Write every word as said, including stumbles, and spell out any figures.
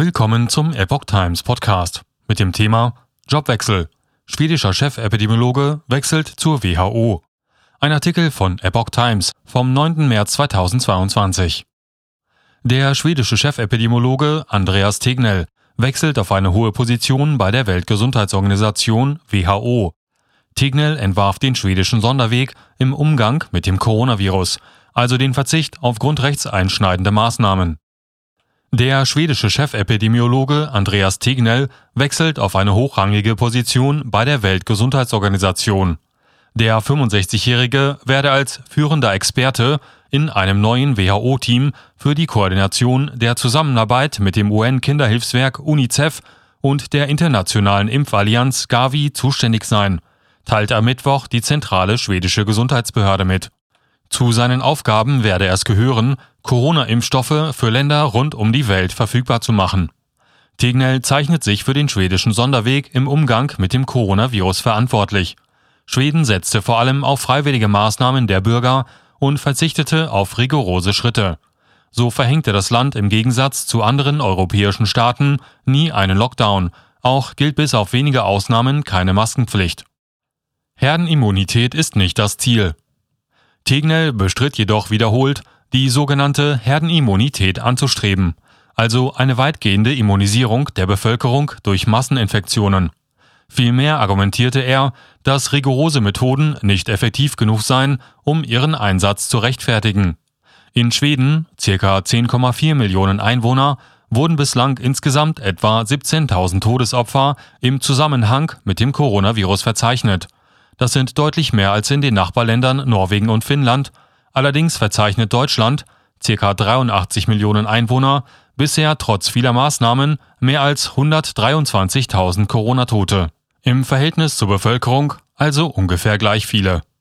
Willkommen zum Epoch Times Podcast mit dem Thema Jobwechsel. Schwedischer Chefepidemiologe wechselt zur W H O. Ein Artikel von Epoch Times vom neunten März zweitausendzweiundzwanzig. Der schwedische Chefepidemiologe Andreas Tegnell wechselt auf eine hohe Position bei der Weltgesundheitsorganisation W H O. Tegnell entwarf den schwedischen Sonderweg im Umgang mit dem Coronavirus, also den Verzicht auf grundrechtseinschneidende Maßnahmen. Der schwedische Chefepidemiologe Andreas Tegnell wechselt auf eine hochrangige Position bei der Weltgesundheitsorganisation. Der fünfundsechzigjährige werde als führender Experte in einem neuen W H O-Team für die Koordination der Zusammenarbeit mit dem U N-Kinderhilfswerk UNICEF und der internationalen Impfallianz Gavi zuständig sein, teilt am Mittwoch die zentrale schwedische Gesundheitsbehörde mit. Zu seinen Aufgaben werde es gehören, Corona-Impfstoffe für Länder rund um die Welt verfügbar zu machen. Tegnell zeichnet sich für den schwedischen Sonderweg im Umgang mit dem Coronavirus verantwortlich. Schweden setzte vor allem auf freiwillige Maßnahmen der Bürger und verzichtete auf rigorose Schritte. So verhängte das Land im Gegensatz zu anderen europäischen Staaten nie einen Lockdown, auch gilt bis auf wenige Ausnahmen keine Maskenpflicht. Herdenimmunität ist nicht das Ziel. Tegnell bestritt jedoch wiederholt, die sogenannte Herdenimmunität anzustreben, also eine weitgehende Immunisierung der Bevölkerung durch Masseninfektionen. Vielmehr argumentierte er, dass rigorose Methoden nicht effektiv genug seien, um ihren Einsatz zu rechtfertigen. In Schweden, ca. zehn Komma vier Millionen Einwohner, wurden bislang insgesamt etwa siebzehntausend Todesopfer im Zusammenhang mit dem Coronavirus verzeichnet. Das sind deutlich mehr als in den Nachbarländern Norwegen und Finnland. Allerdings verzeichnet Deutschland, ca. dreiundachtzig Millionen Einwohner, bisher trotz vieler Maßnahmen mehr als hundertdreiundzwanzigtausend Corona-Tote. Im Verhältnis zur Bevölkerung also ungefähr gleich viele.